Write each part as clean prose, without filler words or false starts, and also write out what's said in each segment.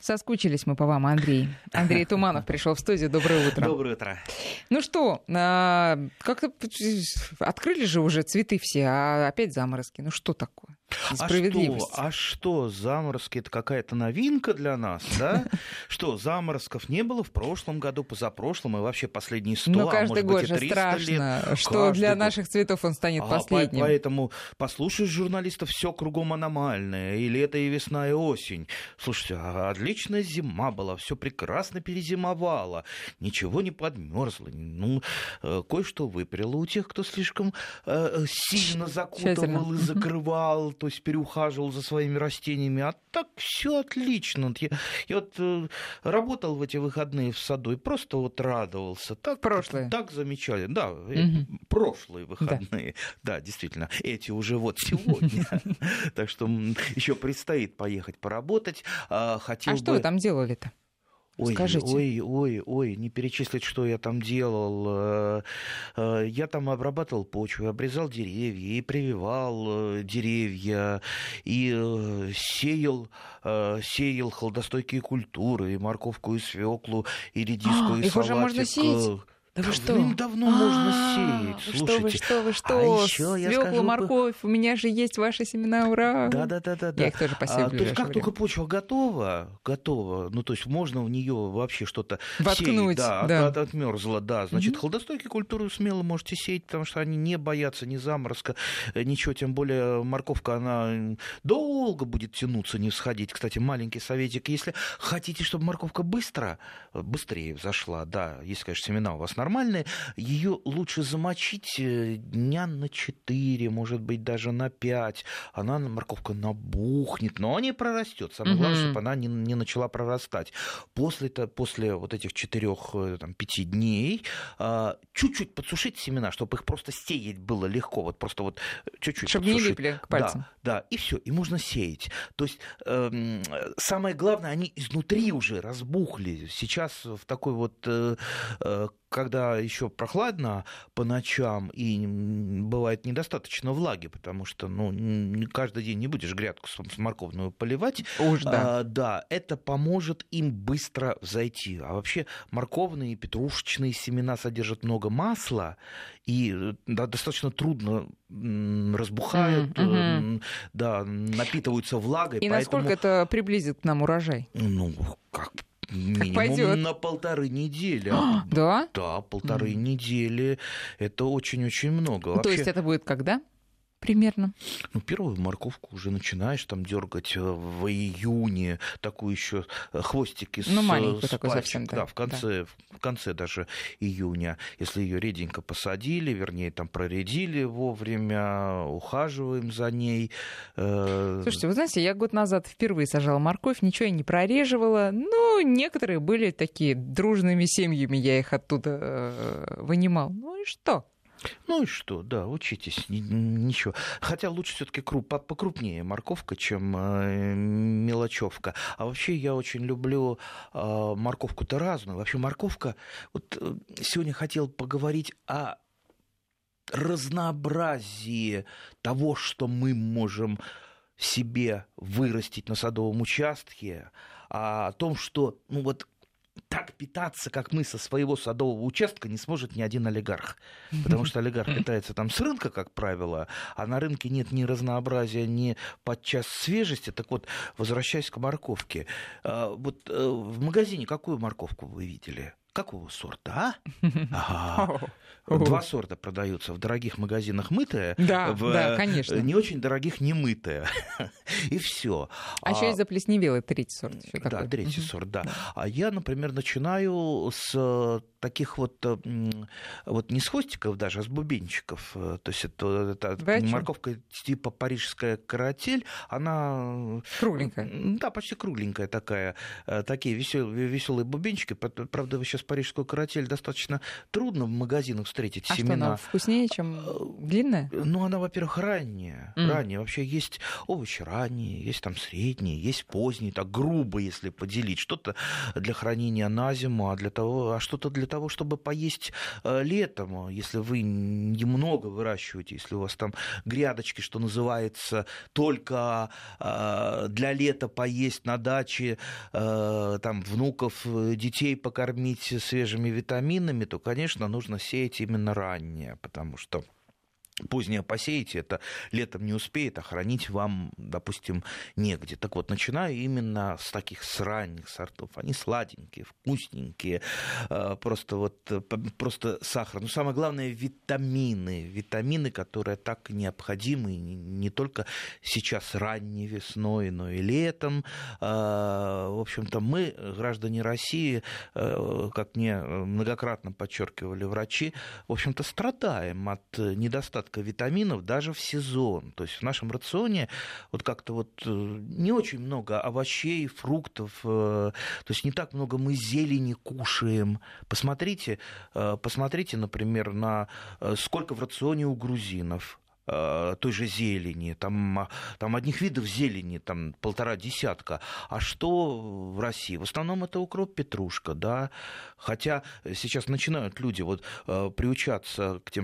Соскучились мы по вам, Андрей. Андрей Туманов пришел в студию. Доброе утро. Доброе утро. Ну что, как-то открыли же уже цветы все, а опять заморозки. Ну что такое? Несправедливость. А что, заморозки — это какая-то новинка для нас, да? Что, заморозков не было в прошлом году, позапрошлом и вообще последние 100, Но а каждый может год быть и же 300 лет. страшно, что для год. наших цветов он станет последним. Поэтому послушаешь журналистов, все кругом аномальное, и лето, и весна, и осень. Слушайте, отличная зима была, все прекрасно перезимовало, ничего не подмерзло. Ну, кое-что выпряло у тех, кто слишком сильно закутывал и закрывал, то есть переухаживал за своими растениями. А так все отлично. Я вот работал в эти выходные в саду и просто вот радовался. Прошлые. Так замечательно. Да, прошлые выходные. Да, действительно. Эти уже вот сегодня. Так что еще предстоит поехать поработать. А что вы там делали-то? Скажите. Ой, не перечислить, что я там делал. Я там обрабатывал почву, обрезал деревья, и прививал деревья, и сеял холодостойкие культуры, и морковку, и свеклу, и редиску, и их салатик. Уже можно сеять? Да вы что? Давно можно сеять. Слушайте. Что? Свеклу, морковь, у меня же есть ваши семена, ура! Да. Я их тоже посею в ближайшее То есть как время. только почва готова, ну то есть можно в нее вообще что-то воткнуть, сеять, да. отмерзла, да. Значит, холодостойкие культуры смело можете сеять, потому что они не боятся ни заморозка, ничего, тем более морковка, она долго будет тянуться, не всходить. Кстати, маленький советик, если хотите, чтобы морковка быстрее взошла, да, если, конечно, семена у вас нормальные, ее лучше замочить дня на 4, может быть, даже на 5. Морковка набухнет, но не прорастет. Самое главное, чтобы она не начала прорастать. После вот этих 4-5 дней чуть-чуть подсушить семена, чтобы их просто сеять было легко. Вот просто вот чуть-чуть чтобы подсушить. не липли к пальцам. Да, и все, и можно сеять. То есть самое главное, они изнутри уже разбухли. Сейчас в такой вот когда еще прохладно по ночам и бывает недостаточно влаги, потому что каждый день не будешь грядку с морковную поливать. Уж да. Да, это поможет им быстро взойти. А вообще морковные и петрушечные семена содержат много масла и достаточно трудно разбухают, напитываются влагой. И насколько это приблизит к нам урожай? Как минимум на 1,5 недели. Да? Да, 1,5 недели. Это очень-очень много. Вообще... То есть это будет когда? Примерно. Первую морковку уже начинаешь там дергать в июне, такую еще хвостики с маленькую такой пальчик, совсем, да, в конце даже июня. Если ее реденько посадили, вернее, там проредили вовремя, ухаживаем за ней. Слушайте, вы знаете, я год назад впервые сажала морковь, ничего я не прореживала, но некоторые были такие дружными семьями, я их оттуда вынимал. Ну и что? Ну и что, да, учитесь, ничего. Хотя лучше все-таки покрупнее морковка, чем мелочевка. А вообще я очень люблю морковку-то разную. Вообще морковка... Вот сегодня хотел поговорить о разнообразии того, что мы можем себе вырастить на садовом участке, о том, что, так питаться, как мы, со своего садового участка не сможет ни один олигарх. Потому что олигарх питается там с рынка, как правило, а на рынке нет ни разнообразия, ни подчас свежести. Так вот, возвращаясь к морковке. Вот в магазине какую морковку вы видели? Какого сорта, Ага. 2 сорта продаются. В дорогих магазинах мытая, да, конечно. Не очень дорогих не мытая. И все. А еще есть заплесневелый 3-й сорт. Да, 3-й сорт, да. А я, например, начинаю с таких вот не с хвостиков даже, а с бубенчиков. То есть это морковка типа парижская каратель. Она... Кругленькая. Да, почти кругленькая такая. Такие веселые бубенчики. Правда, вы сейчас парижскую каратель достаточно трудно в магазинах встретить семена. Что, она вкуснее, чем длинная? Ну, она, во-первых, ранняя. Ранняя. Вообще есть овощи ранние, есть там средние, есть поздние, так грубо, если поделить. Что-то для хранения на зиму, а что-то для того, чтобы поесть летом. Если вы немного выращиваете, если у вас там грядочки, что называется, только для лета поесть на даче, там, внуков, детей покормить свежими витаминами, то, конечно, нужно сеять именно раннее, потому что позднее посеете, это летом не успеет, а хранить вам, допустим, негде. Так вот, начинаю именно с таких с ранних сортов. Они сладенькие, вкусненькие, просто сахар. Но самое главное, витамины, которые так необходимы не только сейчас ранней весной, но и летом. В общем-то, мы, граждане России, как мне многократно подчеркивали врачи, в общем-то, страдаем от недостатка витаминов даже в сезон. То есть в нашем рационе вот как-то вот не очень много овощей, фруктов, то есть не так много мы зелени кушаем. Посмотрите, например, на сколько в рационе у грузинов той же зелени, там одних видов зелени, там 1,5 десятка. А что в России? В основном это укроп, петрушка, да. Хотя сейчас начинают люди вот приучаться к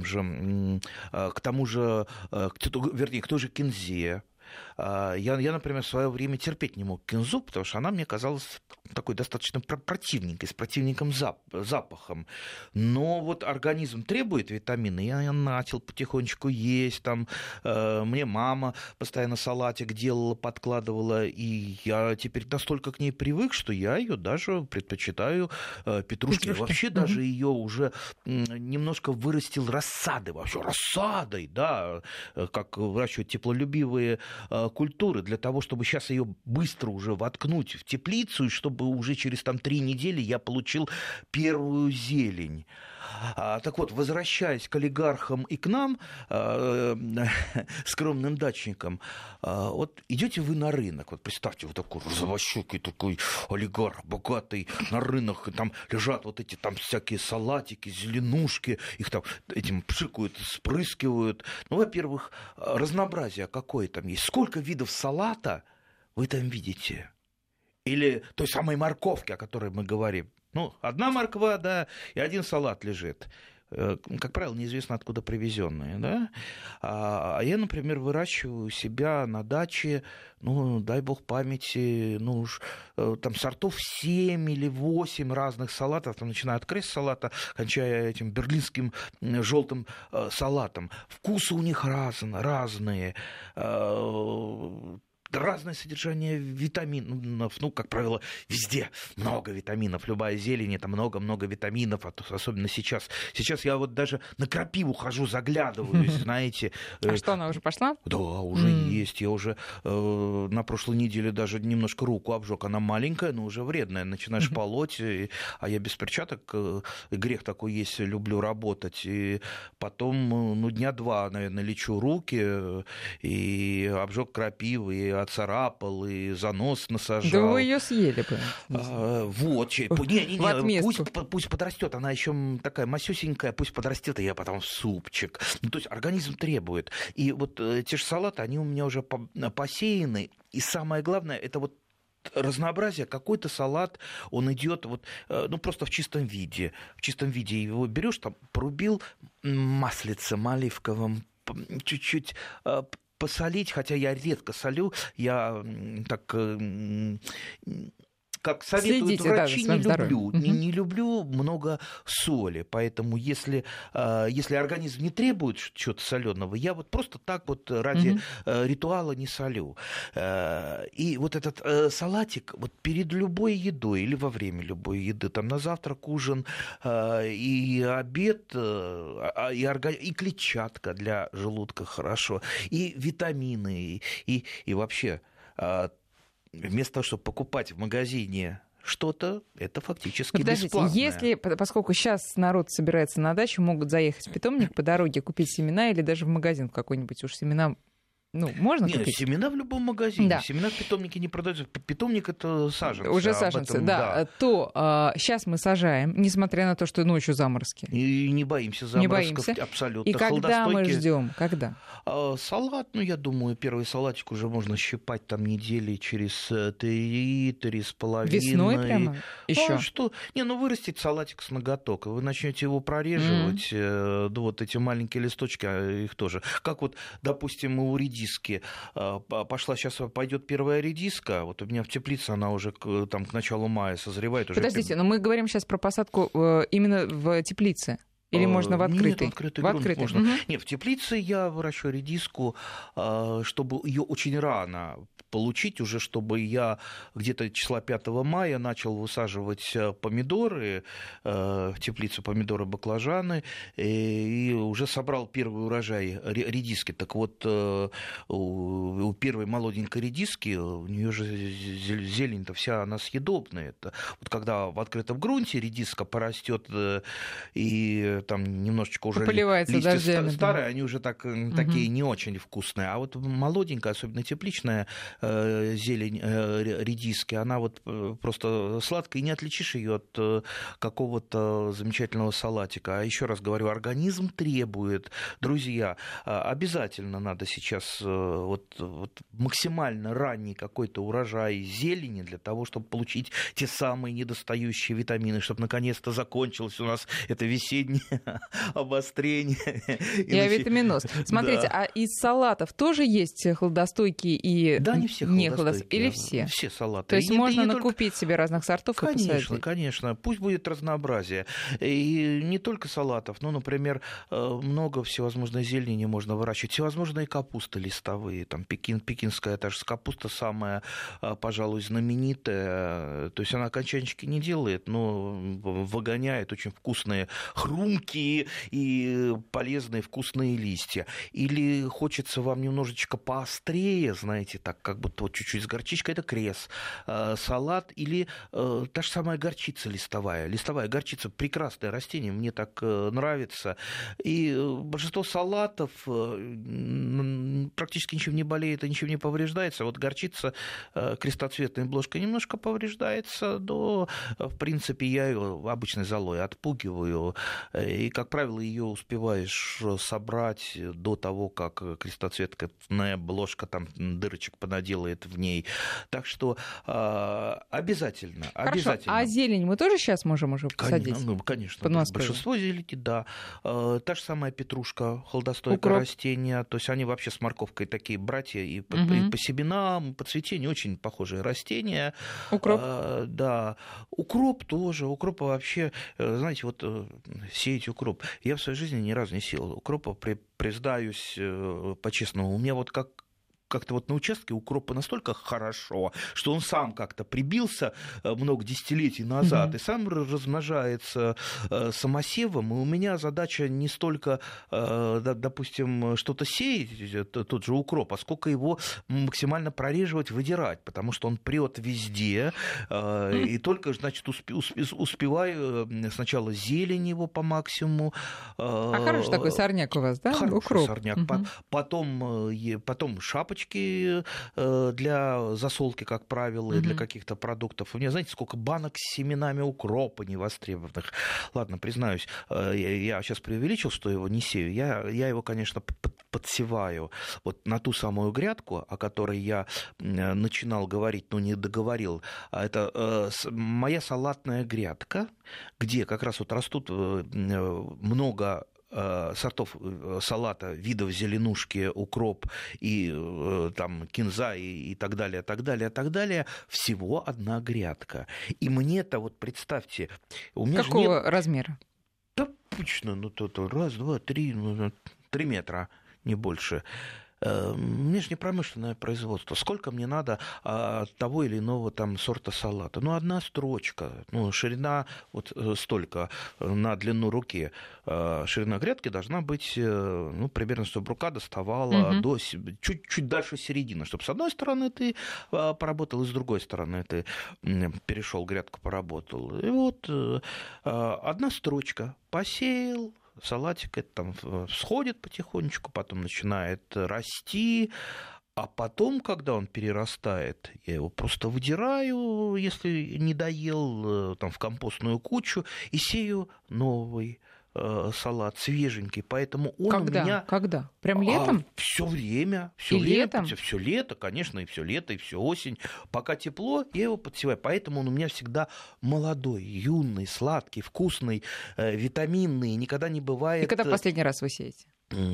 тому же, к той же кинзе. Я, например, в свое время терпеть не мог кинзу, потому что она мне казалась такой достаточно противненькой, с противненьким запахом. Но вот организм требует витамины, я начал потихонечку есть. Там, мне мама постоянно салатик делала, подкладывала, и я теперь настолько к ней привык, что я ее даже предпочитаю петрушки. Вообще даже ее уже немножко вырастил рассадой, да, как выращивают теплолюбивые культуры, для того, чтобы сейчас ее быстро уже воткнуть в теплицу, и чтобы уже через 3 недели я получил первую зелень. Так вот, возвращаясь к олигархам и к нам, скромным дачникам, вот идете вы на рынок, вот представьте, вот такой розовощекий такой олигарх, богатый, на рынок, и там лежат вот эти там всякие салатики, зеленушки, их там этим пшикают, спрыскивают. Ну, во-первых, разнообразие какое там есть. Сколько видов салата вы там видите? Или той самой морковки, о которой мы говорим. Ну, одна морква, да, и один салат лежит. Как правило, неизвестно откуда привезенные, да. А я, например, выращиваю у себя на даче, ну, дай бог памяти, ну уж там сортов 7 или 8 разных салатов, там, начиная от крест-салата, кончая этим берлинским желтым салатом. Вкусы у них разные. Разное содержание витаминов, ну, как правило, везде много витаминов, любая зелень, это много-много витаминов, особенно сейчас. Сейчас я вот даже на крапиву хожу, заглядываюсь, знаете. А что, она уже пошла? Да, уже есть. Я уже на прошлой неделе даже немножко руку обжег. Она маленькая, но уже вредная. Начинаешь полоть, а я без перчаток, грех такой есть, люблю работать. И потом, ну, 2 дня, наверное, лечу руки, и обжег крапиву, и оцарапал, и занос насажал. Да вы ее съели бы. Пусть подрастет, она еще такая масюсенькая, пусть подрастет, и я потом в супчик. Ну, то есть организм требует. И вот те же салаты, они у меня уже посеяны, и самое главное, это вот разнообразие. Какой-то салат, он идет вот, ну, просто в чистом виде. В чистом виде его берешь, там, порубил маслицем оливковым, чуть-чуть посолить, хотя я редко солю, я так, как советуют врачи, не люблю много соли, поэтому если организм не требует чего-то соленого, я вот просто так вот ради ритуала не солю. И вот этот салатик вот перед любой едой или во время любой еды, там на завтрак, ужин и обед, и клетчатка для желудка хорошо, и витамины, и вообще вместо того, чтобы покупать в магазине что-то, это фактически бесплатное. Поскольку сейчас народ собирается на дачу, могут заехать в питомник по дороге, купить семена или даже в магазин какой-нибудь уж семена Ну, можно Нет, купить? семена в любом магазине. Да. Семена в питомнике не продаются. Питомник — это саженцы. Уже саженцы, да. То сейчас мы сажаем, несмотря на то, что ночью заморозки. И не боимся заморозков. Абсолютно. И когда мы ждем? Когда? Салат, я думаю, первый салатик уже можно щипать там недели через 3-3,5. Весной прямо? Еще? Что? Вырастет салатик с ноготок. Вы начнете его прореживать, вот эти маленькие листочки, их тоже. Как вот, допустим, у редиски. Пошла сейчас, пойдет первая редиска. Вот у меня в теплице она уже там к началу мая созревает. Подождите, но мы говорим сейчас про посадку именно в теплице. Или можно в открытый? Нет, открытый грунт можно. Угу. Нет, в теплице я выращиваю редиску, чтобы ее очень рано получить, уже чтобы я где-то числа 5 мая начал высаживать помидоры, в теплицу помидоры, баклажаны, и уже собрал первый урожай редиски. Так вот, у первой молоденькой редиски, у нее же зелень-то вся, она съедобная. Вот когда в открытом грунте редиска порастет и там немножечко уже листья старые, они уже такие не очень вкусные. А вот молоденькая, особенно тепличная зелень редиски, она вот просто сладкая, и не отличишь ее от какого-то замечательного салатика. А еще раз говорю, организм требует. Друзья, обязательно надо сейчас вот максимально ранний какой-то урожай зелени для того, чтобы получить те самые недостающие витамины, чтобы наконец-то закончилось у нас это весеннее обострение. И авитаминоз. Смотрите, а из салатов тоже есть хладостойкие и да, не все хладостойкие. Или все? Все салаты. То есть можно накупить себе разных сортов и посадить? Конечно. Пусть будет разнообразие. И не только салатов, например, много всевозможной зелени можно выращивать. Всевозможные капусты листовые. Там пекинская та же капуста самая, пожалуй, знаменитая. То есть она кончанчики не делает, но выгоняет очень вкусные, хрумкие и полезные вкусные листья. Или хочется вам немножечко поострее, знаете, так как будто вот чуть-чуть с горчичкой, это крес, салат или та же самая горчица листовая. Листовая горчица — прекрасное растение, мне так нравится. И большинство салатов практически ничем не болеет и ничем не повреждается. Вот горчица крестоцветной бложкой немножко повреждается, но, в принципе, я ее обычной золой отпугиваю. И, как правило, ее успеваешь собрать до того, как крестоцветная бложка там дырочек понаделает в ней. Так что обязательно. Хорошо. А зелень мы тоже сейчас можем уже посадить? Конечно. Большинство зелени, да. Та же самая петрушка, холодостойкое растение. То есть они вообще с морковкой такие братья и по семенам, и по цветению очень похожие растения. Укроп? Да. Укроп тоже. Укропа вообще, знаете, вот сеять укроп. Я в своей жизни ни разу не сеял укропа, признаюсь по-честному. У меня вот как-то вот на участке укропа настолько хорошо, что он сам как-то прибился много десятилетий назад и сам размножается самосевом. И у меня задача не столько, допустим, что-то сеять, тот же укроп, а сколько его максимально прореживать, выдирать, потому что он прет везде. И только, значит, успеваю сначала зелень его по максимуму. А хороший такой сорняк у вас, да? Хороший укроп. Сорняк. Потом шапочки для засолки, как правило, и для каких-то продуктов. У меня, знаете, сколько банок с семенами укропа невостребованных. Ладно, признаюсь, я сейчас преувеличил, что его не сею. Я его, конечно, подсеваю вот на ту самую грядку, о которой я начинал говорить, но не договорил. Это моя салатная грядка, где как раз вот растут много сортов салата, видов зеленушки, укроп и там кинза и так далее, так далее, так далее. Всего одна грядка. И мне-то вот представьте, у меня какого размера? Да, обычно, раз, два, три, 3 метра, не больше. Мне же не промышленное производство. Сколько мне надо того или иного там сорта салата? Одна строчка. Ширина вот столько на длину руки. Ширина грядки должна быть примерно, чтобы рука доставала до чуть дальше середины, чтобы с одной стороны ты поработал, и с другой стороны ты перешел грядку, поработал. И вот одна строчка. Посеял, салатик, это там всходит потихонечку, потом начинает расти, а потом, когда он перерастает, я его просто выдираю, если не доел, там, в компостную кучу, и сею новый салат свеженький, поэтому он Когда? у меня... Когда? Прям летом? Все время. Все летом? Все лето, конечно, и все лето, и все осень. Пока тепло, я его подсеваю. Поэтому он у меня всегда молодой, юный, сладкий, вкусный, витаминный. Никогда не бывает... И когда в последний раз вы сеете?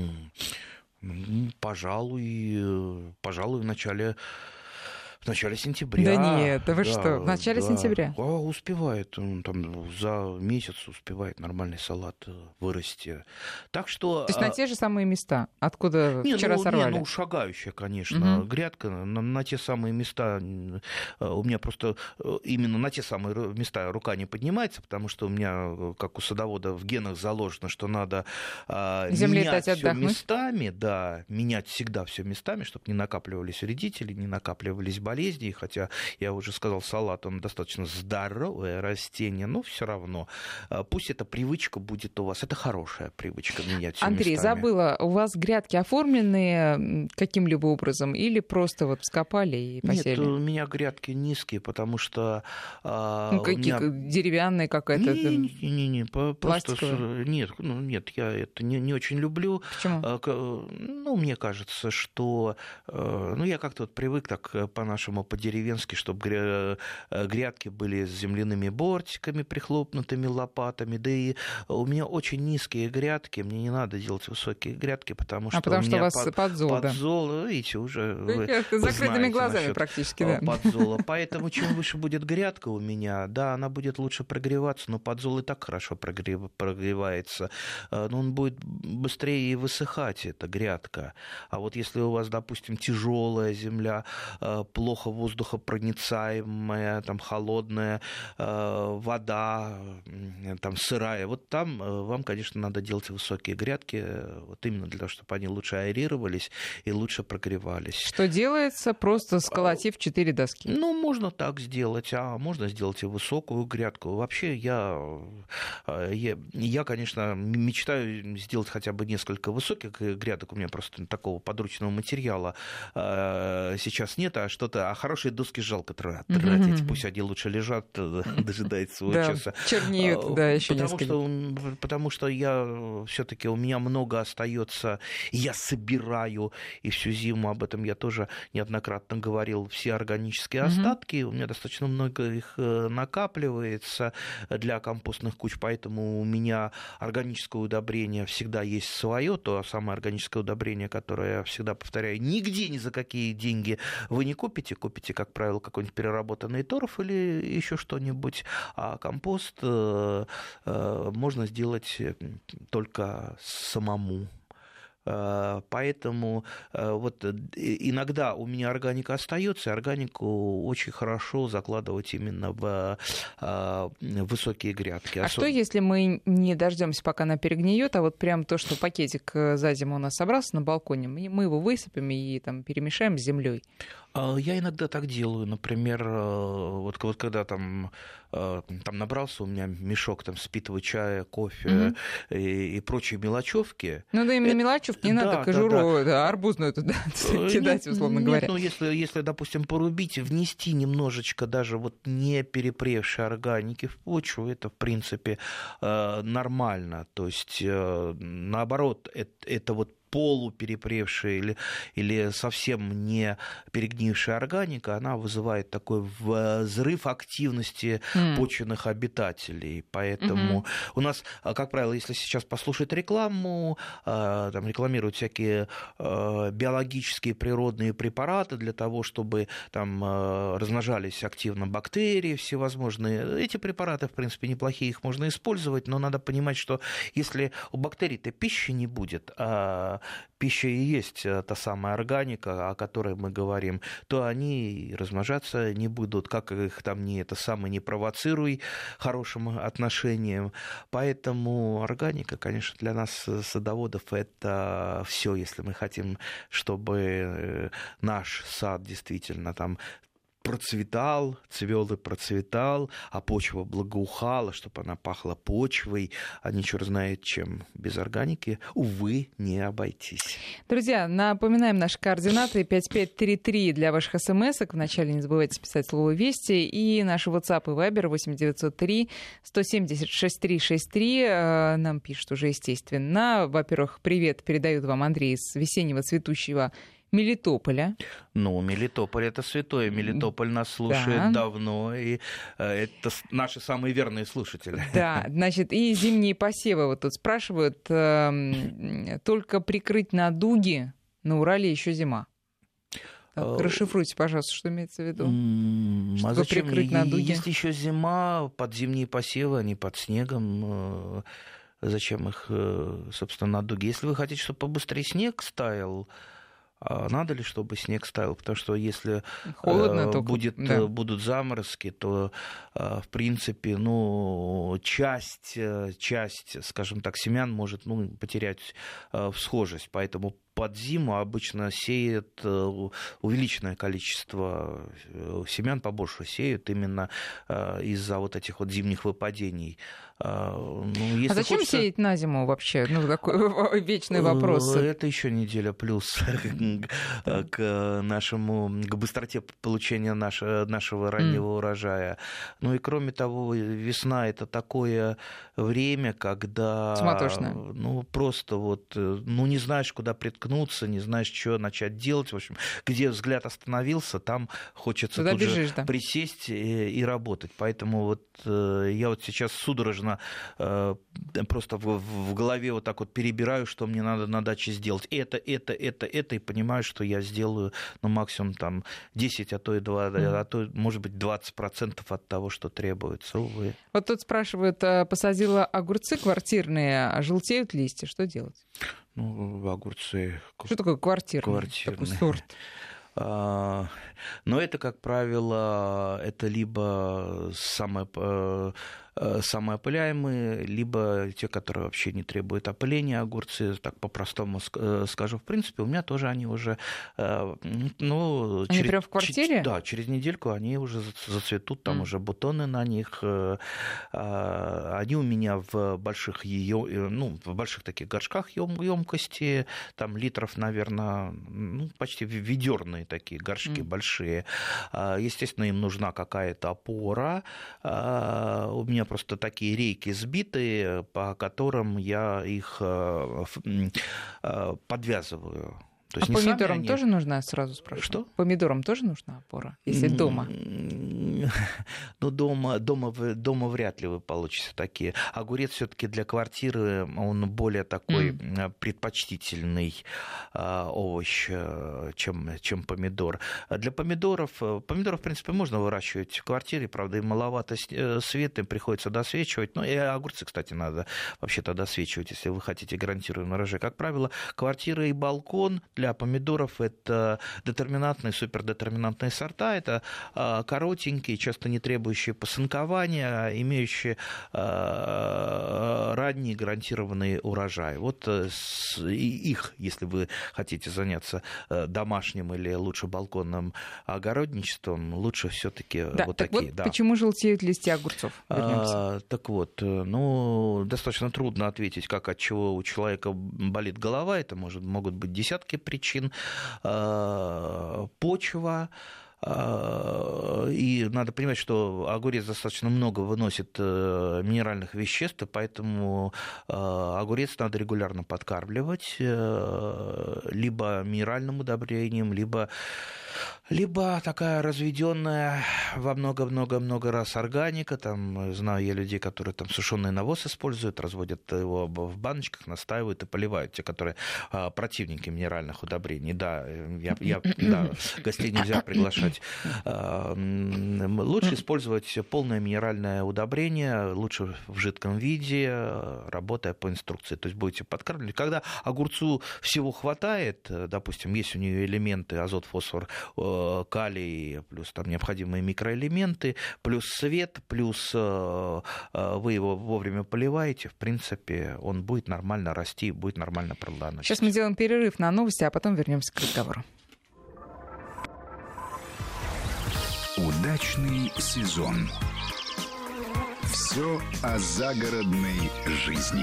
Пожалуй, в начале сентября. Да нет, да вы что, в начале сентября? Успевает, там, за месяц успевает нормальный салат вырасти. Так что... То есть на те же самые места, откуда вчера сорвали? Шагающая, конечно, грядка на те самые места. У меня просто именно на те самые места рука не поднимается, потому что у меня, как у садовода, в генах заложено, что надо менять все местами, да, менять всегда все местами, чтобы не накапливались вредители, не накапливались болезней, хотя, я уже сказал, салат, он достаточно здоровое растение, но все равно. Пусть эта привычка будет у вас. Это хорошая привычка менять все Андрей, местами. забыла, у вас грядки оформлены каким-либо образом или просто вот вскопали и посели? Нет, у меня грядки низкие, потому что... Деревянные какая-то? Не, пластиковая? Нет, я это не очень люблю. Почему? Мне кажется, что... я как-то вот привык так по-нашему, по-деревенски, чтобы грядки были с земляными бортиками, прихлопнутыми лопатами. Да и у меня очень низкие грядки, мне не надо делать высокие грядки, потому что у меня у вас подзол, видите, уже... С закрытыми глазами практически, да. Подзола. Поэтому чем выше будет грядка у меня, да, она будет лучше прогреваться, но подзол и так хорошо прогревается, но он будет быстрее высыхать, эта грядка. А вот если у вас, допустим, тяжелая земля, плохо воздухопроницаемая, там холодная вода, там сырая, вот там вам, конечно, надо делать высокие грядки, вот именно для того, чтобы они лучше аэрировались и лучше прогревались. Что делается, просто сколотив 4 доски? Можно так сделать, а можно сделать и высокую грядку. Вообще я, конечно, мечтаю сделать хотя бы несколько высоких грядок, у меня просто такого подручного материала сейчас нет, а хорошие доски жалко тратить, пусть они лучше лежат, дожидаются своего часа. Чернеют, да, еще несколько. Потому что все-таки у меня много остается, я собираю, и всю зиму об этом я тоже неоднократно говорил, все органические остатки, у меня достаточно много их накапливается для компостных куч, поэтому у меня органическое удобрение всегда есть свое, то самое органическое удобрение, которое, я всегда повторяю, нигде ни за какие деньги вы не купите, как правило, какой-нибудь переработанный торф или еще что-нибудь, а компост можно сделать только самому. Поэтому вот иногда у меня органика остается, и органику очень хорошо закладывать именно в высокие грядки. А что, если мы не дождемся, пока она перегниет, а вот прям то, что пакетик за зиму у нас собрался на балконе, мы его высыпем и там перемешаем с землей? Я иногда так делаю. Например, вот когда там набрался у меня мешок спитого чая, кофе и прочие мелочевки. Именно мелочевки, не надо кожуру арбузную туда кидать, условно говоря. Если, допустим, порубить, внести немножечко даже вот не перепревшей органики в почву, это, в принципе, нормально. То есть, наоборот, это вот полуперепревшая или совсем не перегнившая органика, она вызывает такой взрыв активности почвенных обитателей. Поэтому у нас, как правило, если сейчас послушать рекламу, там рекламируют всякие биологические природные препараты для того, чтобы там размножались активно бактерии всевозможные. Эти препараты, в принципе, неплохие, их можно использовать, но надо понимать, что если у бактерий-то пищи не будет, пища и есть та самая органика, о которой мы говорим, то они размножаться не будут, как их там не провоцируй хорошим отношением. Поэтому органика, конечно, для нас, садоводов, это все, если мы хотим, чтобы наш сад действительно там процветал, цвел и процветал, а почва благоухала, чтобы она пахла почвой, а не черт знает чем. Без органики, увы, не обойтись. Друзья, напоминаем наши координаты. 5533 для ваших смс-ок. Вначале не забывайте писать слово «Вести». И наши WhatsApp и Viber 8903 170 6363. Нам пишут уже, естественно. Во-первых, привет передают вам Андрей из весеннего цветущего Мелитополя. Ну, Мелитополь — это святое. Мелитополь нас слушает давно, и это наши самые верные слушатели. Да, значит, и зимние посевы вот тут спрашивают. Только прикрыть на дуги, на Урале еще зима. Так, расшифруйте, пожалуйста, что имеется в виду. А зачем прикрыть на дуги? Есть еще зима, под зимние посевы, они под снегом. Зачем их, собственно, на дуги? Если вы хотите, чтобы побыстрее снег стаял, надо ли, чтобы снег стаял? Потому что если будут заморозки, то, в принципе, часть, скажем так, семян может потерять всхожесть. Поэтому под зиму обычно сеют увеличенное количество семян, побольше сеют именно из-за вот этих вот зимних выпадений. Зачем сеять на зиму вообще? Такой вечный вопрос. Это еще неделя плюс к быстроте получения нашего раннего урожая. Ну и кроме того, весна — это такое время, когда суматошное. Просто не знаешь, куда приткнуться, не знаешь, что начать делать. В общем, где взгляд остановился, там хочется тут же присесть и работать. Поэтому я сейчас судорожно просто в голове вот так вот перебираю, что мне надо на даче сделать. Это, и понимаю, что я сделаю максимум 10, а то и 2, а то, может быть, 20% от того, что требуется. Увы. Вот тут спрашивают, посадила огурцы квартирные, а желтеют листья, что делать? Огурцы... Что такое квартирный? Такой сорт? Но это, как правило, это либо самоопыляемые, либо те, которые вообще не требуют опыления, огурцы, так по-простому скажу. В принципе, у меня тоже они уже... Они прям в квартире? Да, через недельку они уже зацветут, там уже бутоны на них. Они у меня в больших таких горшках емкости, там литров, наверное, почти ведерные такие горшки большие. Естественно, им нужна какая-то опора. У меня просто такие рейки сбитые, по которым я их подвязываю. То есть помидорам тоже нужна, сразу спрашиваю? Что? Помидорам тоже нужна опора, если дома? Дома вряд ли вы получите такие. Огурец все-таки для квартиры, он более такой предпочтительный овощ, чем помидор. Для помидоров, в принципе, можно выращивать в квартире, правда, им маловато света, им приходится досвечивать. И огурцы, кстати, надо вообще-то досвечивать, если вы хотите гарантированный урожай. Как правило, квартира и балкон для помидоров — это детерминантные, супердетерминантные сорта, это коротенькие, часто не требующие посынкования, имеющие ранний гарантированный урожай. Их, если вы хотите заняться домашним или лучше балконным огородничеством, лучше все-таки такие. Да. Почему желтеют листья огурцов? Вернемся. Так вот, достаточно трудно ответить, от чего у человека болит голова. Это могут быть десятки причин. Почва. И надо понимать, что огурец достаточно много выносит минеральных веществ, поэтому огурец надо регулярно подкармливать либо минеральным удобрением, либо такая разведенная во много-много-много раз органика. Там знаю я людей, которые там сушеный навоз используют, разводят его в баночках, настаивают и поливают. Те, которые противники минеральных удобрений. Да, гостей нельзя приглашать. Лучше использовать полное минеральное удобрение, лучше в жидком виде, работая по инструкции. То есть будете подкармливать. Когда огурцу всего хватает, допустим, есть у нее элементы азот, фосфор, калий, плюс там необходимые микроэлементы, плюс свет, плюс вы его вовремя поливаете, в принципе, он будет нормально расти, будет нормально плодоносить. Сейчас мы делаем перерыв на новости, а потом вернемся к разговору. Дачный сезон. Все о загородной жизни.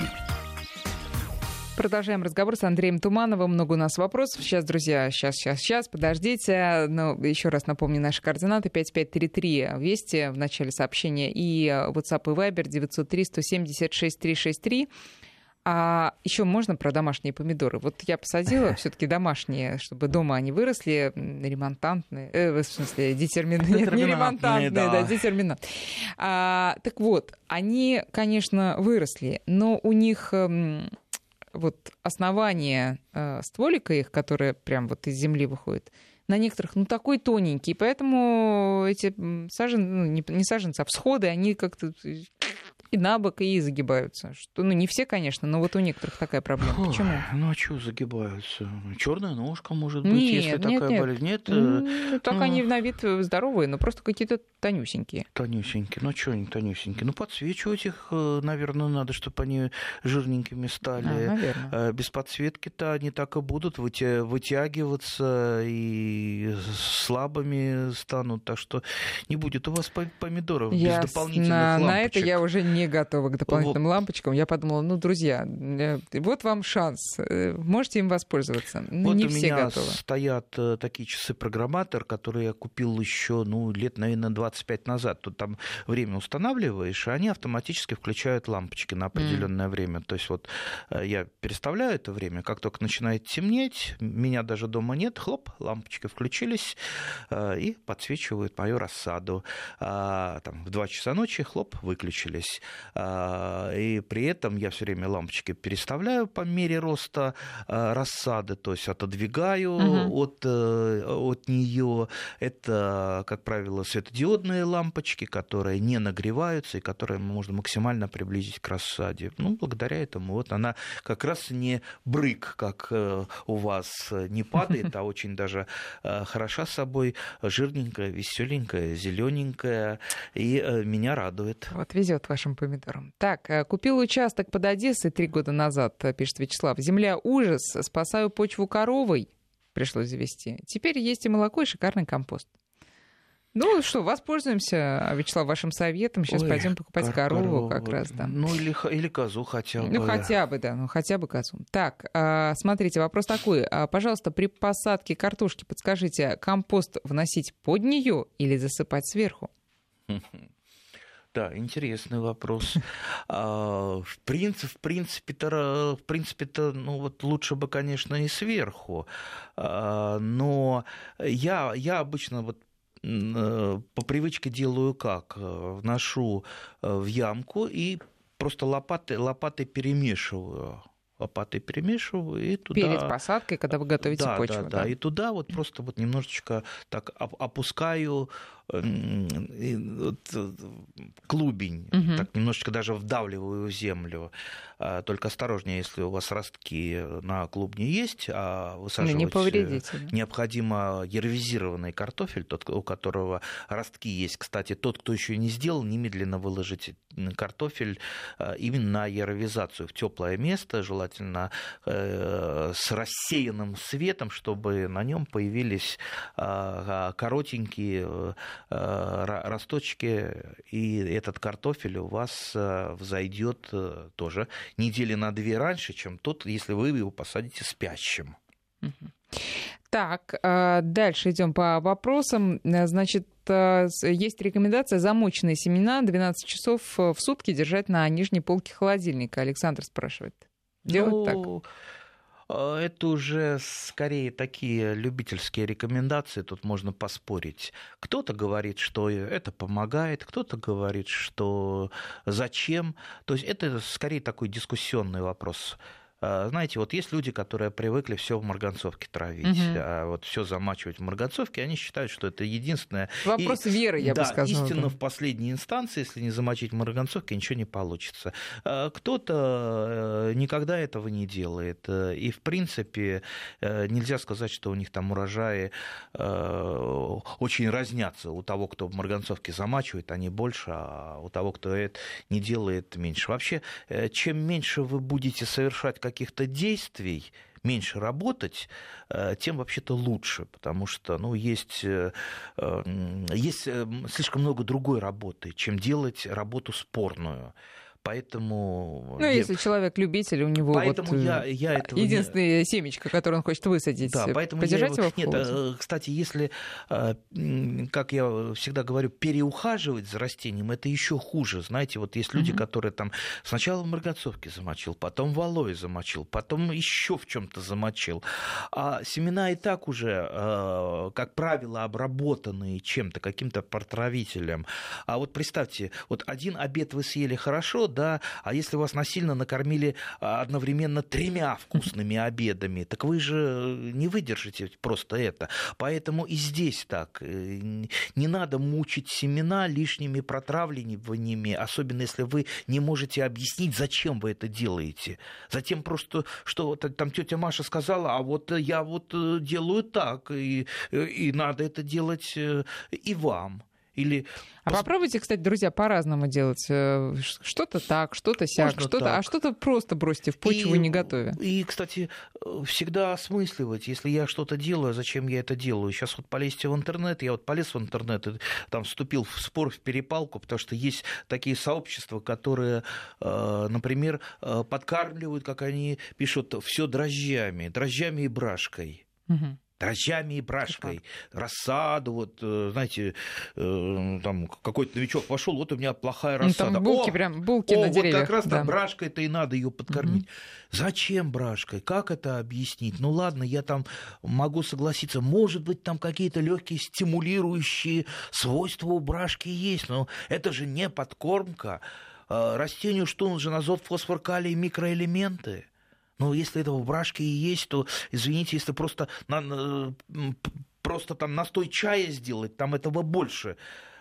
Продолжаем разговор с Андреем Тумановым. Много у нас вопросов. Сейчас, друзья, сейчас, подождите. Но еще раз напомню наши координаты. 5533 Вести в начале сообщения и WhatsApp и Viber 903-170-6363. А еще можно про домашние помидоры? Вот я посадила все-таки домашние, чтобы дома они выросли, ремонтантные, в смысле, детерминантные. Нет, не ремонтантные, да, детерминантные. Так вот, они, конечно, выросли, но у них вот основание стволика их, которое прям вот из земли выходит, на некоторых, такой тоненький, поэтому эти не саженцы, а всходы, они как-то и на бок, и загибаются. Что, не все, конечно, но вот у некоторых такая проблема. Почему? А что загибаются? Черная ножка, может быть, если такая болезнь? Нет? Так они на вид здоровые, но просто какие-то тонюсенькие. Тонюсенькие. Что они тонюсенькие? Подсвечивать их, наверное, надо, чтобы они жирненькими стали. Без подсветки-то они так и будут вытягиваться и слабыми станут. Так что не будет у вас помидоров без дополнительных лампочек. На это я уже не готова к дополнительным лампочкам. Я подумала, друзья, вот вам шанс. Можете им воспользоваться. Не все готовы. У меня стоят такие часы-программатор, которые я купил еще, лет, наверное, 25 назад. Тут там время устанавливаешь, и они автоматически включают лампочки на определенное время. То есть вот я переставляю это время, как только начинает темнеть, меня даже дома нет, хлоп, лампочки включились и подсвечивают мою рассаду. Там в 2 часа ночи, хлоп, выключились. И при этом я все время лампочки переставляю по мере роста рассады, то есть отодвигаю от нее. Это, как правило, светодиодные лампочки, которые не нагреваются и которые можно максимально приблизить к рассаде. Благодаря этому вот она как раз не брык, как у вас, не падает, а очень даже хороша собой, жирненькая, веселенькая, зелененькая, и меня радует. Вот везет вашим помидорам. Так, купил участок под Одессой 3 года назад, пишет Вячеслав. Земля ужас, спасаю почву коровой. Пришлось завести. Теперь есть и молоко, и шикарный компост. Воспользуемся, Вячеслав, вашим советом. Сейчас пойдем покупать корову как раз, да. Или козу хотя бы. Хотя бы, да, хотя бы козу. Так, смотрите, вопрос такой. Пожалуйста, при посадке картошки подскажите, компост вносить под нее или засыпать сверху? Да, интересный вопрос. В принципе-то, лучше бы, конечно, и сверху. Но я обычно по привычке делаю как? Вношу в ямку и просто лопатой перемешиваю. И туда... Перед посадкой, когда вы готовите почву. Да, и туда просто немножечко так опускаю клубень, так немножечко даже вдавливаю в землю. Только осторожнее, если у вас ростки на клубне есть, а высаживать не повредите, да? Необходимо яровизированный картофель, тот, у которого ростки есть. Кстати, тот, кто еще не сделал, немедленно выложите картофель именно на яровизацию в теплое место, желательно с рассеянным светом, чтобы на нем появились коротенькие росточки, и этот картофель у вас взойдет тоже недели на 2 раньше, чем тот, если вы его посадите спящим. Так, дальше идем по вопросам. Значит, есть рекомендация замоченные семена 12 часов в сутки держать на нижней полке холодильника. Александр спрашивает. Делать так? Это уже скорее такие любительские рекомендации, тут можно поспорить. Кто-то говорит, что это помогает, кто-то говорит, что зачем. То есть это скорее такой дискуссионный вопрос. Знаете, вот есть люди, которые привыкли все в марганцовке травить, а вот все замачивать в марганцовке, они считают, что это единственное. Вопрос веры, я бы сказала. Истинно в последней инстанции, если не замочить в марганцовке, ничего не получится. Кто-то никогда этого не делает, и в принципе нельзя сказать, что у них там урожаи очень разнятся. У того, кто в марганцовке замачивает, они больше, а у того, кто это не делает, меньше. Вообще, чем меньше вы будете совершать каких-то действий, меньше работать, тем вообще-то лучше, потому что есть слишком много другой работы, чем делать работу спорную. Поэтому... если человек любитель, у него я этого единственное семечко, которое он хочет высадить, да, поэтому подержать его в Нет, холоде. кстати, если, как я всегда говорю, переухаживать за растением, это еще хуже. Знаете, есть люди, которые там сначала в марганцовке замочил, потом в алоэ замочил, потом еще в чем-то замочил. А семена и так уже, как правило, обработанные чем-то, каким-то потравителем. А представьте, один обед вы съели хорошо, да, а если вас насильно накормили одновременно 3 вкусными обедами, так вы же не выдержите просто это. Поэтому и здесь так. Не надо мучить семена лишними протравливаниями, особенно если вы не можете объяснить, зачем вы это делаете. Затем просто, что там тетя Маша сказала, а я делаю так, и надо это делать и вам. Попробуйте, кстати, друзья, по-разному делать. Что-то так, что-то сяк, а что-то просто бросьте в почву, не готовя. И, кстати, всегда осмысливать, если я что-то делаю, зачем я это делаю. Сейчас полезьте в интернет, я полез в интернет и там вступил в спор, в перепалку, потому что есть такие сообщества, которые, например, подкармливают, как они пишут, все дрожжами и брашкой. Угу. Дрожжами и брашкой, рассаду, знаете, там какой-то новичок пошел, у меня плохая рассада. Там булки на деревьях. Как раз там брашкой-то и надо ее подкормить. Зачем брашкой? Как это объяснить? Ладно, я там могу согласиться, может быть, там какие-то легкие стимулирующие свойства у брашки есть, но это же не подкормка. Растению что нужен? Азот, фосфор, калий, микроэлементы. Если это в брашке и есть, то, извините, если просто там настой чая сделать, там этого больше.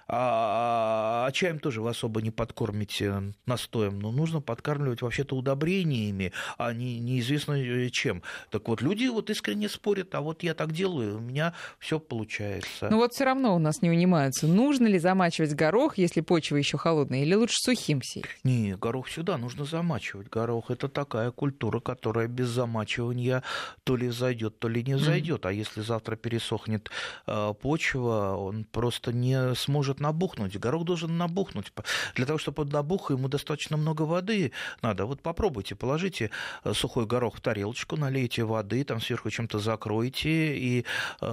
А чаем тоже вы особо не подкормите настоем. Нужно подкармливать вообще-то удобрениями, а неизвестно чем. Так люди искренне спорят, а я так делаю, у меня все получается. Все равно у нас не унимаются. Нужно ли замачивать горох, если почва еще холодная, или лучше сухим сеять? Не, горох всегда нужно замачивать. Горох — это такая культура, которая без замачивания то ли взойдет, то ли не взойдет. А если завтра пересохнет почва, он просто не сможет набухнуть. Горох должен набухнуть. Для того, чтобы он набух, ему достаточно много воды надо. Попробуйте, положите сухой горох в тарелочку, налейте воды, там сверху чем-то закройте, и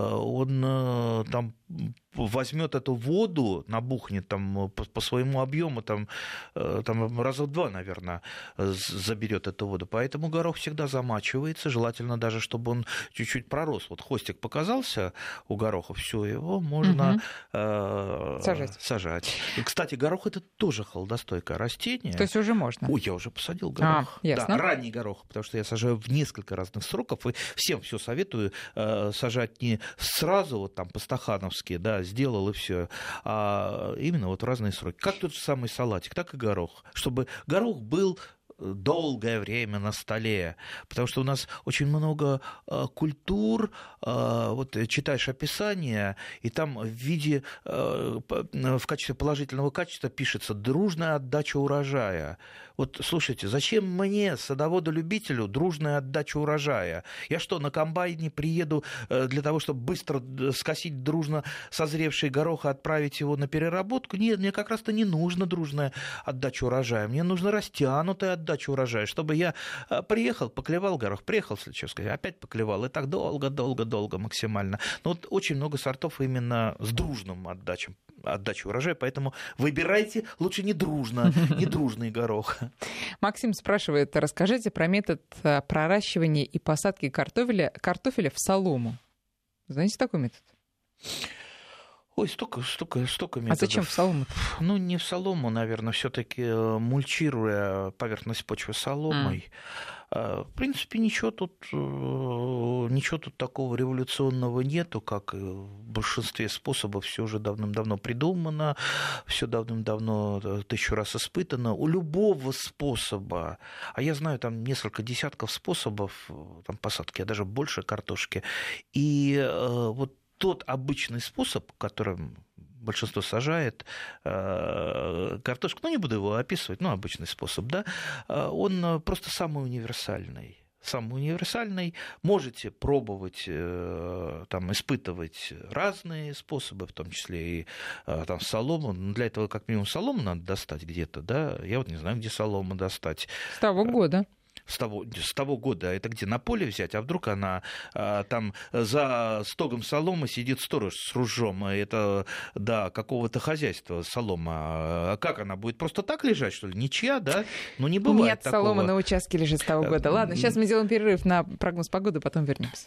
он там возьмет эту воду, набухнет там по своему объему, там раза в 2, наверное, заберет эту воду. Поэтому горох всегда замачивается, желательно даже, чтобы он чуть-чуть пророс. Хвостик показался у гороха, все, его можно сажать. И, кстати, горох — это тоже холодостойкое растение. То есть уже можно? Я уже посадил горох. Ясно. Да, ранний горох, потому что я сажаю в несколько разных сроков, и всем все советую сажать не сразу, по-стахановски, сделал и все, а именно в разные сроки. Как тот же самый салатик, так и горох. Чтобы горох был долгое время на столе, потому что у нас очень много культур, читаешь описание, и там в виде, в качестве положительного качества пишется «дружная отдача урожая». Слушайте, зачем мне, садоводу-любителю, дружная отдача урожая? Я что, на комбайне приеду для того, чтобы быстро скосить дружно созревший горох и отправить его на переработку? Нет, мне как раз-то не нужна дружная отдача урожая. Мне нужна растянутая отдача урожая, чтобы я приехал, поклевал горох, приехал, опять поклевал, и так долго максимально. Но очень много сортов именно с дружным отдачей урожая, поэтому выбирайте лучше недружный горох. Максим спрашивает, расскажите про метод проращивания и посадки картофеля в солому. Знаете такой метод? Ой, столько методов. А зачем в солому? Не в солому, наверное, все-таки мульчируя поверхность почвы соломой. В принципе, ничего тут такого революционного нету, как в большинстве способов. Все уже давным-давно придумано, все давным-давно 1000 раз испытано. У любого способа, а я знаю там несколько десятков способов посадки, а даже больше картошки, и тот обычный способ, которым большинство сажает картошку, не буду его описывать, обычный способ, он просто самый универсальный. самый универсальный. Можете пробовать, там, испытывать разные способы, в том числе и там, солому. Но для этого как минимум солому надо достать где-то, да? Я вот не знаю, где солому достать. С того года. С того года, это где, на поле взять, а вдруг она там за стогом соломы сидит сторож с ружьем, это, да, какого-то хозяйства солома. Как она будет просто так лежать, что ли? Ничья, да? Ну, не бывает Нет, такого. солома на участке лежит с того года. Ладно, сейчас мы делаем перерыв на прогноз погоды, потом вернемся.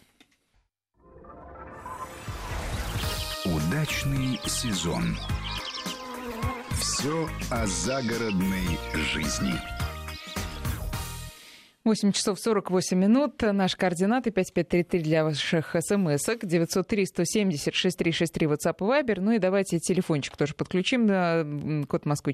Удачный сезон. Все о загородной жизни. 8 часов 48 минут. Наши координаты 5533 для ваших смс-ок. 903-170-6363 WhatsApp и Viber. Ну и давайте телефончик тоже подключим. Код Москвы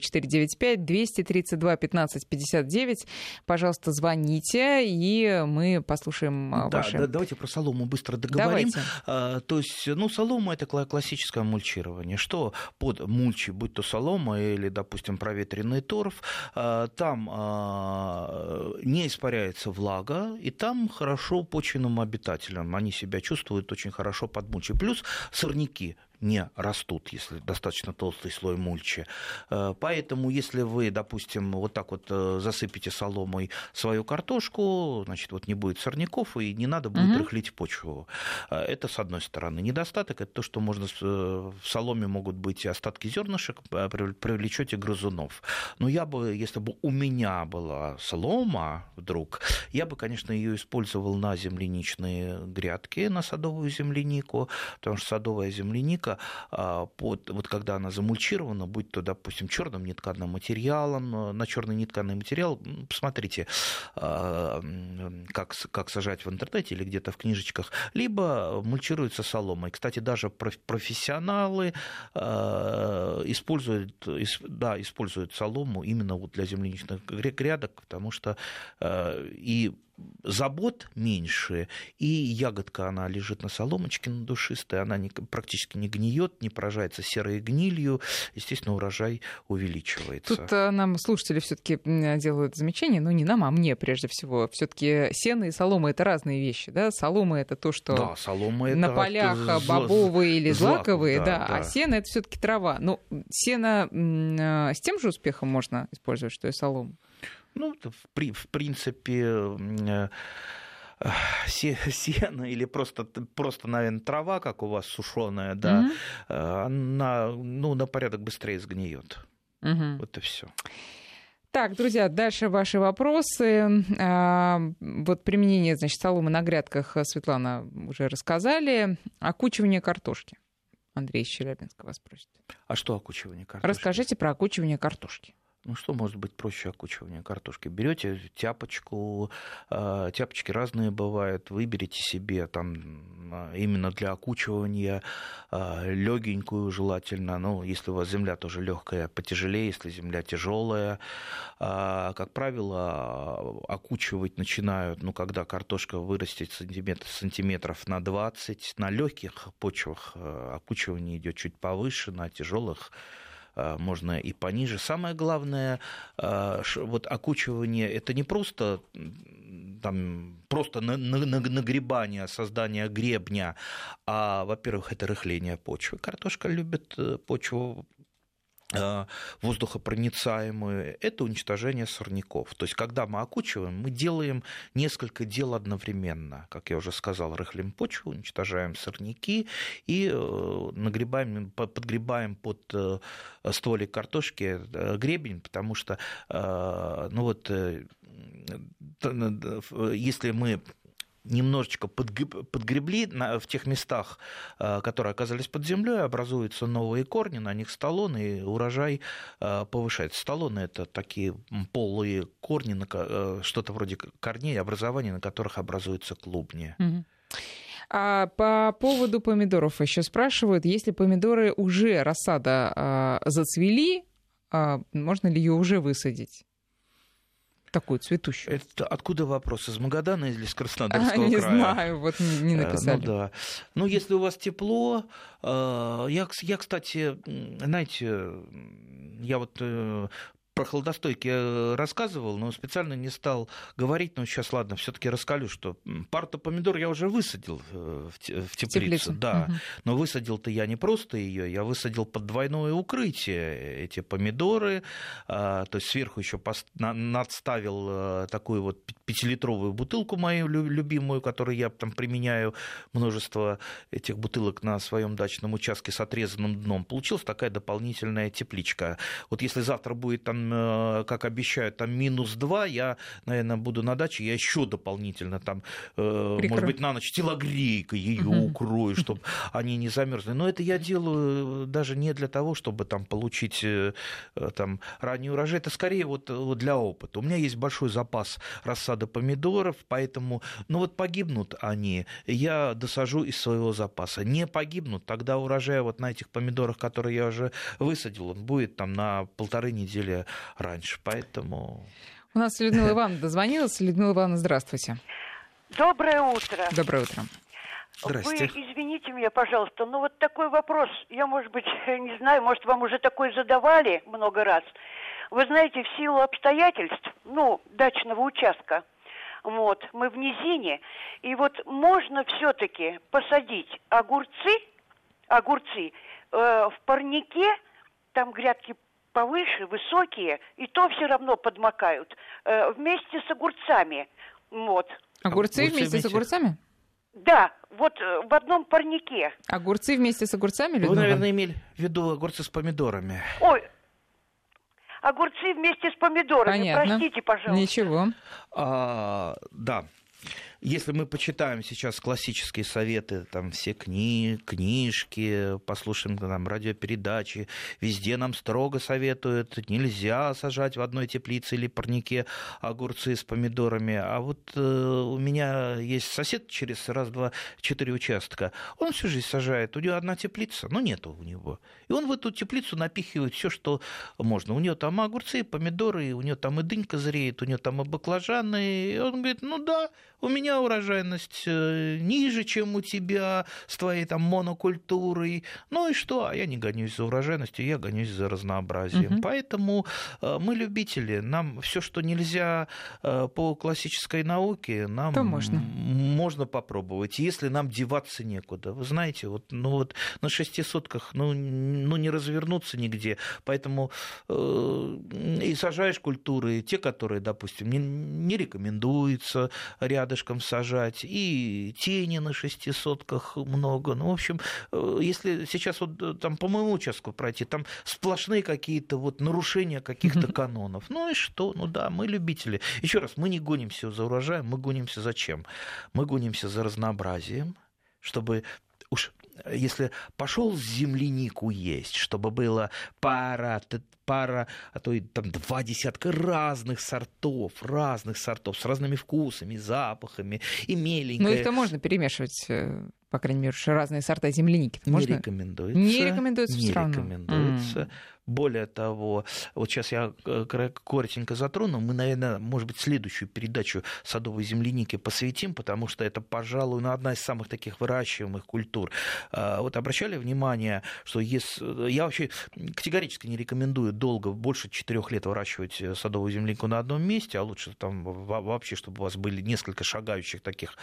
495-232-1559. Пожалуйста, звоните, и мы послушаем ваши... Да, давайте про солому быстро договорим. Давайте. То есть, солома — это классическое мульчирование. Что под мульчей, будь то солома или, допустим, проветренный торф, там не испаряется влага, и там хорошо почвенным обитателям. Они себя чувствуют очень хорошо под мульчей. Плюс сорняки не растут, если достаточно толстый слой мульчи. Поэтому, если вы, допустим, вот так вот засыпете соломой свою картошку, значит, вот не будет сорняков, и не надо будет рыхлить почву. Это с одной стороны. Недостаток — это то, что в соломе могут быть остатки зернышек, привлечете грызунов. Но я бы, если бы у меня была солома вдруг, я бы, конечно, ее использовал на земляничные грядки, на садовую землянику, потому что садовая земляника, вот когда она замульчирована, будь то, допустим, черным нетканым материалом, на черный нетканый материал, посмотрите, как сажать в интернете или где-то в книжечках, либо мульчируется соломой. Кстати, даже профессионалы используют солому именно вот для земляничных грядок, потому что и забот меньше, и ягодка, она лежит на соломочке, на душистой, она практически не гниет, не поражается серой гнилью, естественно, урожай увеличивается. Тут нам слушатели все-таки делают замечание, ну не нам, а мне прежде всего. Все-таки сено и солома — это разные вещи, да? Солома — это то, что да, солома — это на полях бобовые или злаковые, да. А сено — это все-таки трава. Ну, сено с тем же успехом можно использовать, что и солому? Ну, в принципе, сено или просто, наверное, трава, как у вас сушеная, да, она, на порядок быстрее сгниет. Вот и все. Так, друзья, дальше ваши вопросы. Вот применение, значит, соломы на грядках Светлана уже рассказали. Окучивание картошки. Андрей из Челябинска вас просит. А что окучивание картошки? Расскажите про окучивание картошки. Ну, что может быть проще окучивания картошки? Берете тяпочку, тяпочки разные бывают, выберите себе там именно для окучивания легенькую желательно. Ну, если у вас земля тоже легкая, потяжелее, если земля тяжелая. Как правило, окучивать начинают, когда картошка вырастет сантиметров на 20. На легких почвах окучивание идет чуть повыше, на тяжелых можно и пониже. Самое главное, вот окучивание — это не просто нагребание, создание гребня, а, во-первых, это рыхление почвы. Картошка любит почву воздухопроницаемую, это уничтожение сорняков. То есть, когда мы окучиваем, мы делаем несколько дел одновременно. Как я уже сказал, рыхлим почву, уничтожаем сорняки и подгребаем под стволик картошки гребень, потому что если мы немножечко подгребли в тех местах, которые оказались под землей, образуются новые корни, на них столоны, и урожай повышается. Столоны — это такие полые корни, что-то вроде корней, образований, на которых образуются клубни. А по поводу помидоров еще спрашивают, если помидоры уже рассада зацвели, можно ли ее уже высадить? Такую цветущую. Это откуда вопрос? Из Магадана или из Краснодарского не края? Не знаю, вот не написали. Да. Если у вас тепло, я, кстати, знаете, я вот Про холодостойки рассказывал, но специально не стал говорить. Но сейчас, ладно, все-таки расскажу, что пару помидор я уже высадил в теплицу. Да. Угу. Но высадил-то я не просто ее, я высадил под двойное укрытие эти помидоры. То есть сверху еще надставил такую вот 5-литровую бутылку мою любимую, которую я там применяю множество этих бутылок на своем дачном участке с отрезанным дном. Получилась такая дополнительная тепличка. Вот если завтра будет там, как обещают, там -2, я, наверное, буду на даче, я еще дополнительно там, может быть, на ночь телогрейкой ее укрою, чтобы они не замерзли. Но это я делаю даже не для того, чтобы там получить там ранний урожай, это скорее вот для опыта. У меня есть большой запас рассады помидоров, поэтому, ну вот погибнут они, я досажу из своего запаса. Не погибнут, тогда урожай вот на этих помидорах, которые я уже высадил, он будет там на 1,5 недели раньше, поэтому... У нас Людмила Ивановна дозвонилась. Людмила Ивановна, здравствуйте. Доброе утро. Доброе утро. Здрасте. Вы извините меня, пожалуйста, но вот такой вопрос, я, может быть, не знаю, может, вам уже такой задавали много раз. Вы знаете, в силу обстоятельств, дачного участка, вот, мы в низине, и вот можно все-таки посадить огурцы в парнике, там грядки повыше, высокие, и то все равно подмокают, вместе с огурцами. Вот. Огурцы вместе с огурцами? Да, вот в одном парнике. Огурцы вместе с огурцами, Людмила? Вы, наверное, имели в виду огурцы с помидорами. Ой, огурцы вместе с помидорами. Понятно. Простите, пожалуйста. Ничего. Да. Если мы почитаем сейчас классические советы, там все книжки, послушаем там радиопередачи, везде нам строго советуют, нельзя сажать в одной теплице или парнике огурцы с помидорами. А вот у меня есть сосед через 4 участка, он всю жизнь сажает, у него одна теплица, но нету у него. И он в эту теплицу напихивает все, что можно. У него там огурцы, помидоры, у него там и дынька зреет, у него там и баклажаны. И он говорит, у меня урожайность ниже, чем у тебя с твоей там монокультурой. Ну и что? А я не гонюсь за урожайностью, я гонюсь за разнообразием. Поэтому мы любители. Нам все, что нельзя по классической науке, нам можно попробовать. Если нам деваться некуда. Вы знаете, на 6 сотках не развернуться нигде. Поэтому и сажаешь культуры, те, которые, допустим, не рекомендуется рядышком сажать, и тени на 6 сотках много. В общем, если сейчас там по моему участку пройти, там сплошные какие-то нарушения каких-то канонов. Ну и что? Мы любители. Еще раз, мы не гонимся за урожаем, мы гонимся за чем? Мы гонимся за разнообразием, чтобы уж если пошел землянику есть, чтобы было пара, а то и там 2 десятка разных сортов, с разными вкусами, запахами, и меленькое. Ну, их-то можно перемешивать, по крайней мере, разные сорта земляники. Не рекомендуется. Не рекомендуется все равно. Не рекомендуется. Более того, вот сейчас я коротенько затрону, мы, наверное, может быть, следующую передачу садовой земляники посвятим, потому что это, пожалуй, одна из самых таких выращиваемых культур. Вот обращали внимание, что я вообще категорически не рекомендую долго, больше 4 лет выращивать садовую землянику на одном месте, а лучше там вообще, чтобы у вас были несколько шагающих таких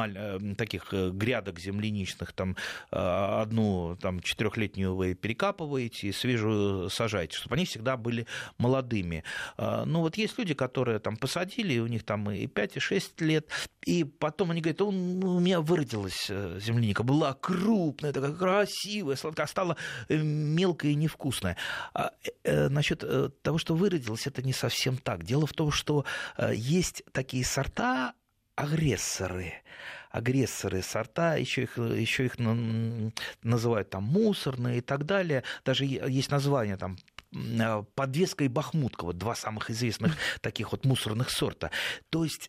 грядок земляничных, там одну там 4-летнюю вы перекапываете, свежую сажаете, чтобы они всегда были молодыми. Есть люди, которые там посадили, у них там и 5, и 6 лет, и потом они говорят, у меня выродилась земляника, была крупная, такая красивая, сладкая, стала мелкая и невкусная. Насчет того, что выродилась, это не совсем так. Дело в том, что есть такие сорта агрессоры, сорта, еще их называют там мусорные и так далее. Даже есть название там подвеска и бахмутка, 2 самых известных таких мусорных сорта. То есть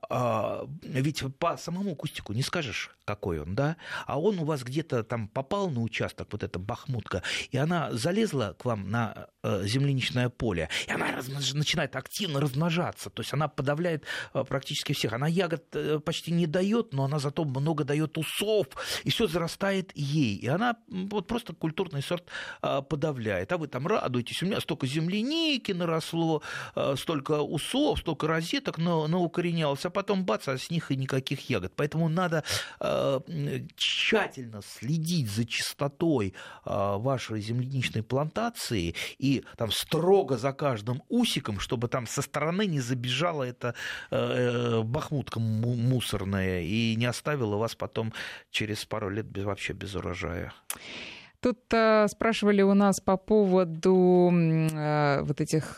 ведь по самому кустику не скажешь, какой он, да? А он у вас где-то там попал на участок, эта бахмутка, и она залезла к вам на земляничное поле, и она начинает активно размножаться, то есть она подавляет практически всех. Она ягод почти не дает, но она зато много дает усов, и все зарастает ей. И она просто культурный сорт подавляет. А вы там радуетесь, удивитесь, у меня столько земляники наросло, столько усов, столько розеток наукоренялось, а потом бац, а с них и никаких ягод. Поэтому надо тщательно следить за чистотой вашей земляничной плантации и там строго за каждым усиком, чтобы там со стороны не забежала эта бахмутка мусорная и не оставила вас потом через пару лет вообще без урожая. Тут спрашивали у нас по поводу вот этих...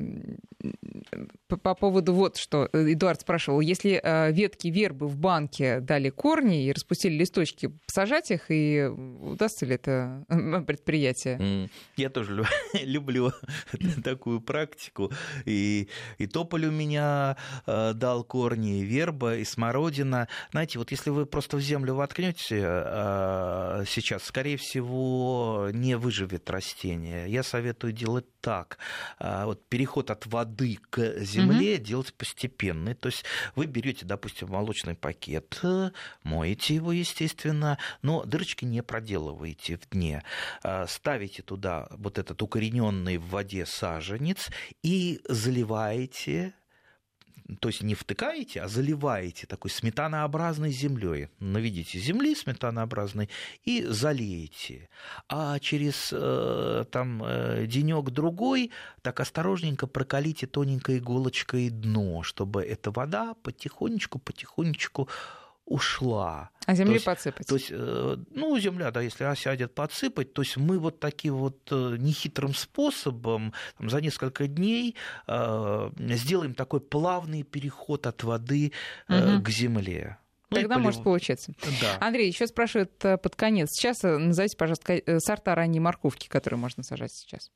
По поводу вот что. Эдуард спрашивал, если ветки вербы в банке дали корни и распустили листочки, сажать их, и удастся ли это предприятие? Я тоже люблю такую практику. И тополь у меня дал корни, и верба, и смородина. Знаете, вот если вы просто в землю воткнете сейчас, скорее всего, не выживет растение. Я советую делать так. Вот переход от воды к земле делать постепенный. То есть вы берете, допустим, молочный пакет, моете его, естественно, но дырочки не проделываете в дне. Ставите туда вот этот укорененный в воде саженец и заливаете. То есть не втыкаете, а заливаете такой сметанообразной землей. Наведите земли сметанообразной и залейте. А через денек-другой так осторожненько проколите тоненькой иголочкой дно, чтобы эта вода потихонечку ушла. А земли подсыпать? То есть, земля, да, если осядет, подсыпать. То есть мы вот таким вот нехитрым способом за несколько дней сделаем такой плавный переход от воды к земле. Тогда может получиться. Да. Андрей еще спрашивает под конец. Сейчас назовите, пожалуйста, сорта ранней морковки, которые можно сажать сейчас.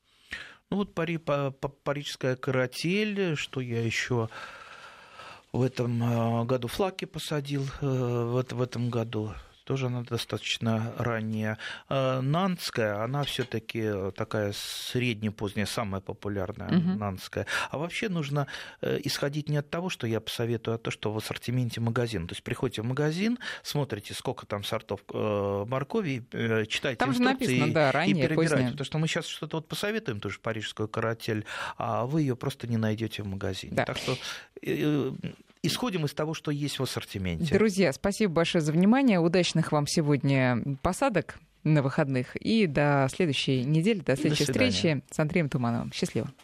Парижская каратель, что я еще... В этом году флаки посадил, в этом году тоже она достаточно ранняя. Нанская, она все-таки такая средне-поздняя, самая популярная нанская. А вообще нужно исходить не от того, что я посоветую, а то, что в ассортименте магазина. То есть приходите в магазин, смотрите, сколько там сортов моркови, читайте там инструкции же написано, да, ранняя, и перебирайте. поздняя. Потому что мы сейчас что-то посоветуем, тоже парижскую каратель, а вы ее просто не найдете в магазине. Да. Так что исходим из того, что есть в ассортименте. Друзья, спасибо большое за внимание. Удачных вам сегодня посадок на выходных. И до следующей недели, до следующей встречи с Андреем Тумановым. Счастливо.